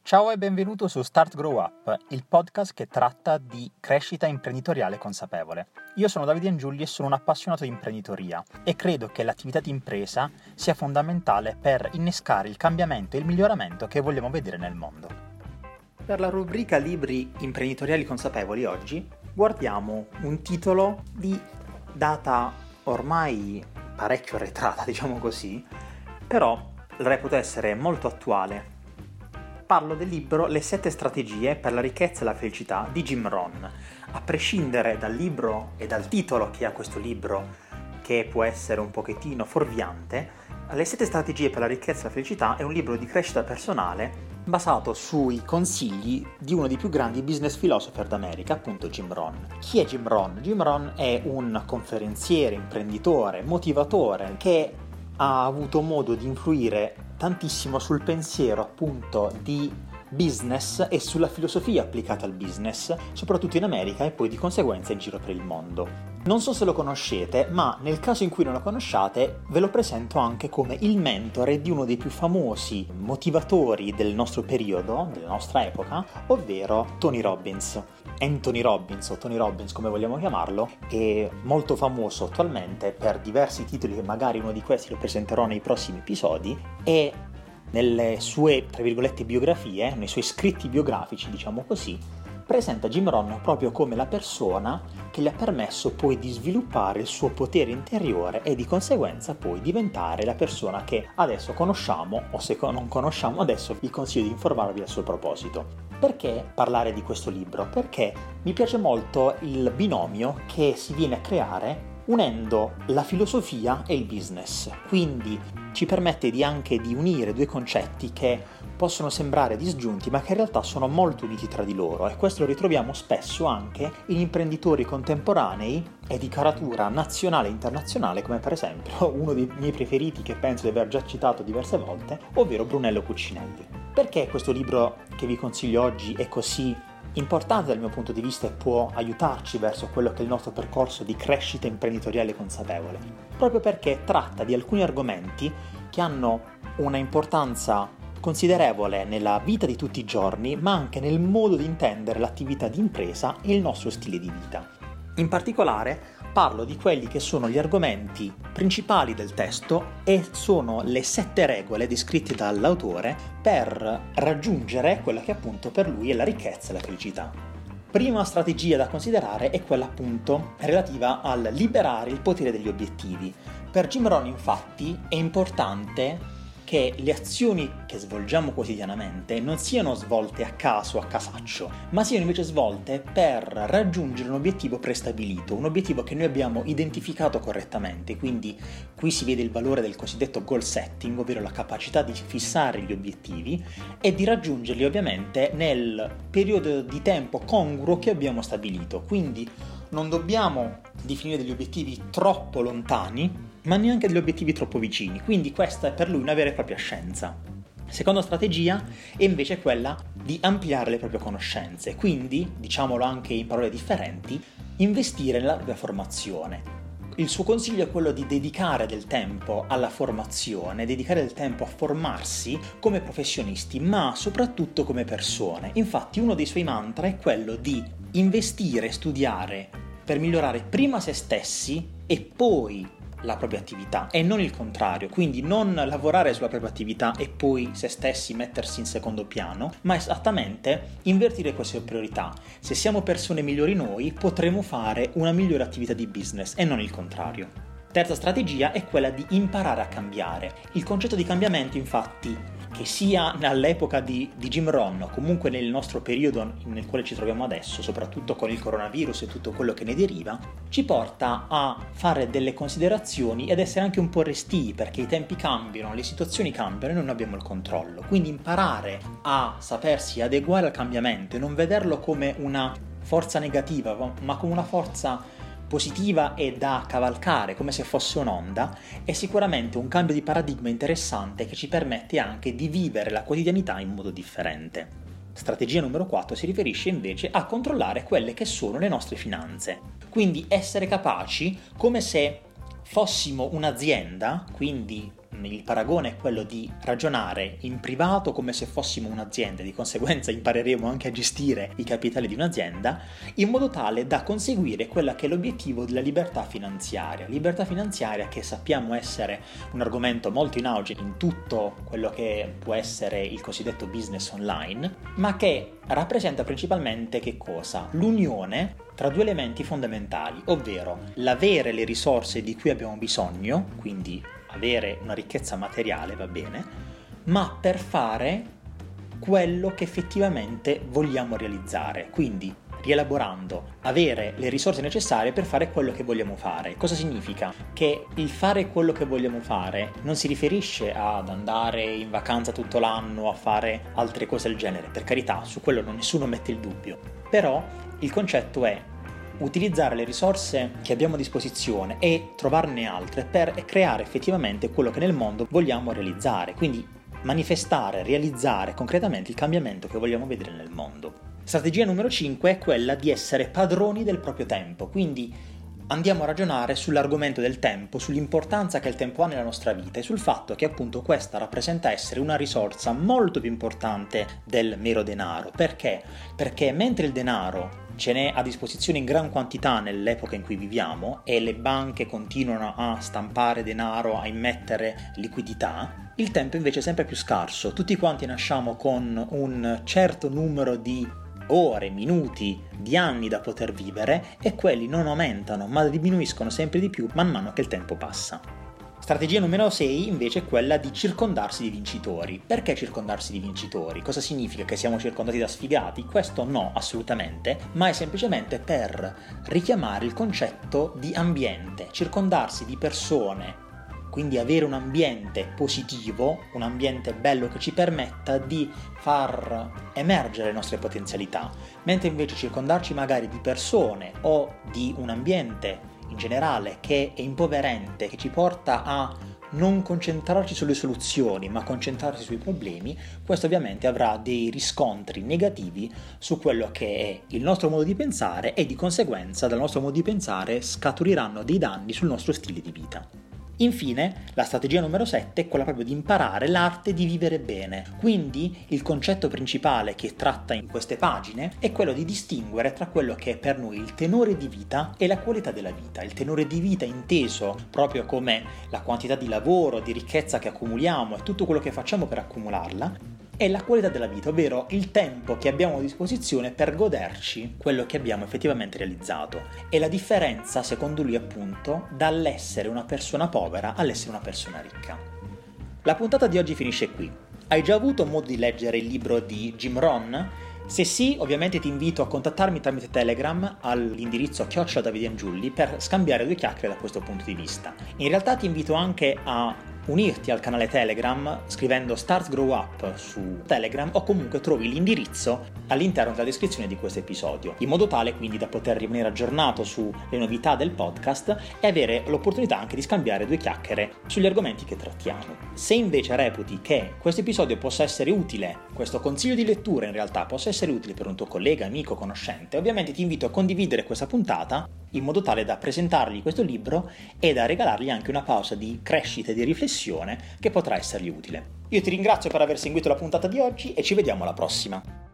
Ciao e benvenuto su Start Grow Up, il podcast che tratta di crescita imprenditoriale consapevole. Io sono Davide Angiulli e sono un appassionato di imprenditoria e credo che l'attività di impresa sia fondamentale per innescare il cambiamento e il miglioramento che vogliamo vedere nel mondo. Per la rubrica Libri imprenditoriali consapevoli oggi guardiamo un titolo di data ormai parecchio arretrata, diciamo così, però reputo essere molto attuale. Parlo del libro Le 7 strategie per la ricchezza e la felicità di Jim Rohn. A prescindere dal libro e dal titolo che ha questo libro, che può essere un pochettino fuorviante, Le 7 strategie per la ricchezza e la felicità è un libro di crescita personale basato sui consigli di uno dei più grandi business philosopher d'America, appunto Jim Rohn. Chi è Jim Rohn? Jim Rohn è un conferenziere, imprenditore, motivatore che ha avuto modo di influire tantissimo sul pensiero appunto di business e sulla filosofia applicata al business, soprattutto in America e poi di conseguenza in giro per il mondo. Non so se lo conoscete, ma nel caso in cui non lo conosciate ve lo presento anche come il mentore di uno dei più famosi motivatori del nostro periodo, della nostra epoca, ovvero Tony Robbins. Anthony Robbins o Tony Robbins, come vogliamo chiamarlo, è molto famoso attualmente per diversi titoli che magari uno di questi lo presenterò nei prossimi episodi, e nelle sue, tra virgolette, biografie, nei suoi scritti biografici, diciamo così, presenta Jim Rohn proprio come la persona che gli ha permesso poi di sviluppare il suo potere interiore e di conseguenza poi diventare la persona che adesso conosciamo, o se non conosciamo adesso vi consiglio di informarvi al suo proposito. Perché parlare di questo libro? Perché mi piace molto il binomio che si viene a creare unendo la filosofia e il business, quindi ci permette anche di unire due concetti che possono sembrare disgiunti ma che in realtà sono molto uniti tra di loro, e questo lo ritroviamo spesso anche in imprenditori contemporanei e di caratura nazionale e internazionale, come per esempio uno dei miei preferiti che penso di aver già citato diverse volte, ovvero Brunello Cucinelli. Perché questo libro che vi consiglio oggi è così importante dal mio punto di vista e può aiutarci verso quello che è il nostro percorso di crescita imprenditoriale consapevole? Proprio perché tratta di alcuni argomenti che hanno una importanza considerevole nella vita di tutti i giorni, ma anche nel modo di intendere l'attività di impresa e il nostro stile di vita. In particolare parlo di quelli che sono gli argomenti principali del testo e sono le 7 regole descritte dall'autore per raggiungere quella che appunto per lui è la ricchezza e la felicità. Prima strategia da considerare è quella appunto relativa al liberare il potere degli obiettivi. Per Jim Rohn infatti è importante che le azioni che svolgiamo quotidianamente non siano svolte a caso, a casaccio, ma siano invece svolte per raggiungere un obiettivo prestabilito, un obiettivo che noi abbiamo identificato correttamente. Quindi qui si vede il valore del cosiddetto goal setting, ovvero la capacità di fissare gli obiettivi e di raggiungerli ovviamente nel periodo di tempo congruo che abbiamo stabilito. Quindi non dobbiamo definire degli obiettivi troppo lontani, ma neanche degli obiettivi troppo vicini, quindi questa è per lui una vera e propria scienza. Seconda strategia è invece quella di ampliare le proprie conoscenze, quindi, diciamolo anche in parole differenti, investire nella propria formazione. Il suo consiglio è quello di dedicare del tempo alla formazione, dedicare del tempo a formarsi come professionisti, ma soprattutto come persone. Infatti uno dei suoi mantra è quello di investire e studiare per migliorare prima se stessi e poi la propria attività, e non il contrario, quindi non lavorare sulla propria attività e poi se stessi mettersi in secondo piano, ma esattamente invertire queste priorità. Se siamo persone migliori noi, potremo fare una migliore attività di business e non il contrario. Terza strategia è quella di imparare a cambiare. Il concetto di cambiamento, infatti, che sia all'epoca di Jim Rohn o comunque nel nostro periodo nel quale ci troviamo adesso, soprattutto con il coronavirus e tutto quello che ne deriva, ci porta a fare delle considerazioni ed essere anche un po' restii, perché i tempi cambiano, le situazioni cambiano e non abbiamo il controllo. Quindi imparare a sapersi adeguare al cambiamento e non vederlo come una forza negativa, ma come una forza positiva e da cavalcare come se fosse un'onda, è sicuramente un cambio di paradigma interessante che ci permette anche di vivere la quotidianità in modo differente. Strategia numero 4 si riferisce invece a controllare quelle che sono le nostre finanze, quindi essere capaci, come se fossimo un'azienda, quindi il paragone è quello di ragionare in privato come se fossimo un'azienda, di conseguenza impareremo anche a gestire i capitali di un'azienda, in modo tale da conseguire quella che è l'obiettivo della libertà finanziaria che sappiamo essere un argomento molto in auge in tutto quello che può essere il cosiddetto business online, ma che rappresenta principalmente che cosa? L'unione tra due elementi fondamentali, ovvero l'avere le risorse di cui abbiamo bisogno, quindi avere una ricchezza materiale, va bene, ma per fare quello che effettivamente vogliamo realizzare, quindi rielaborando, avere le risorse necessarie per fare quello che vogliamo fare. Cosa significa? Che il fare quello che vogliamo fare non si riferisce ad andare in vacanza tutto l'anno, a fare altre cose del genere, per carità, su quello nessuno mette il dubbio, però il concetto è utilizzare le risorse che abbiamo a disposizione e trovarne altre per creare effettivamente quello che nel mondo vogliamo realizzare, quindi manifestare, realizzare concretamente il cambiamento che vogliamo vedere nel mondo. Strategia numero 5 è quella di essere padroni del proprio tempo, quindi andiamo a ragionare sull'argomento del tempo, sull'importanza che il tempo ha nella nostra vita e sul fatto che appunto questa rappresenta essere una risorsa molto più importante del mero denaro. Perché? Perché mentre il denaro ce n'è a disposizione in gran quantità nell'epoca in cui viviamo e le banche continuano a stampare denaro, a immettere liquidità, il tempo invece è sempre più scarso. Tutti quanti nasciamo con un certo numero di ore, minuti, di anni da poter vivere e quelli non aumentano ma diminuiscono sempre di più man mano che il tempo passa. Strategia numero 6 invece è quella di circondarsi di vincitori. Perché circondarsi di vincitori? Cosa significa? Che siamo circondati da sfigati? Questo no, assolutamente, ma è semplicemente per richiamare il concetto di ambiente, circondarsi di persone, quindi avere un ambiente positivo, un ambiente bello che ci permetta di far emergere le nostre potenzialità, mentre invece circondarci magari di persone o di un ambiente in generale che è impoverente, che ci porta a non concentrarci sulle soluzioni ma concentrarsi sui problemi, questo ovviamente avrà dei riscontri negativi su quello che è il nostro modo di pensare e di conseguenza dal nostro modo di pensare scaturiranno dei danni sul nostro stile di vita. Infine, la strategia numero 7 è quella proprio di imparare l'arte di vivere bene. Quindi il concetto principale che tratta in queste pagine è quello di distinguere tra quello che è per noi il tenore di vita e la qualità della vita. Il tenore di vita inteso proprio come la quantità di lavoro, di ricchezza che accumuliamo e tutto quello che facciamo per accumularla, è la qualità della vita, ovvero il tempo che abbiamo a disposizione per goderci quello che abbiamo effettivamente realizzato. E la differenza, secondo lui appunto, dall'essere una persona povera all'essere una persona ricca. La puntata di oggi finisce qui. Hai già avuto modo di leggere il libro di Jim Rohn? Se sì, ovviamente ti invito a contattarmi tramite Telegram all'indirizzo @davidiangiulli per scambiare due chiacchiere da questo punto di vista. In realtà ti invito anche a unirti al canale Telegram scrivendo Start Grow Up su Telegram o comunque trovi l'indirizzo all'interno della descrizione di questo episodio, in modo tale quindi da poter rimanere aggiornato sulle novità del podcast e avere l'opportunità anche di scambiare due chiacchiere sugli argomenti che trattiamo. Se invece reputi che questo episodio possa essere utile, questo consiglio di lettura in realtà possa essere utile per un tuo collega, amico, conoscente, ovviamente ti invito a condividere questa puntata in modo tale da presentargli questo libro e da regalargli anche una pausa di crescita e di riflessione che potrà essergli utile. Io ti ringrazio per aver seguito la puntata di oggi e ci vediamo alla prossima.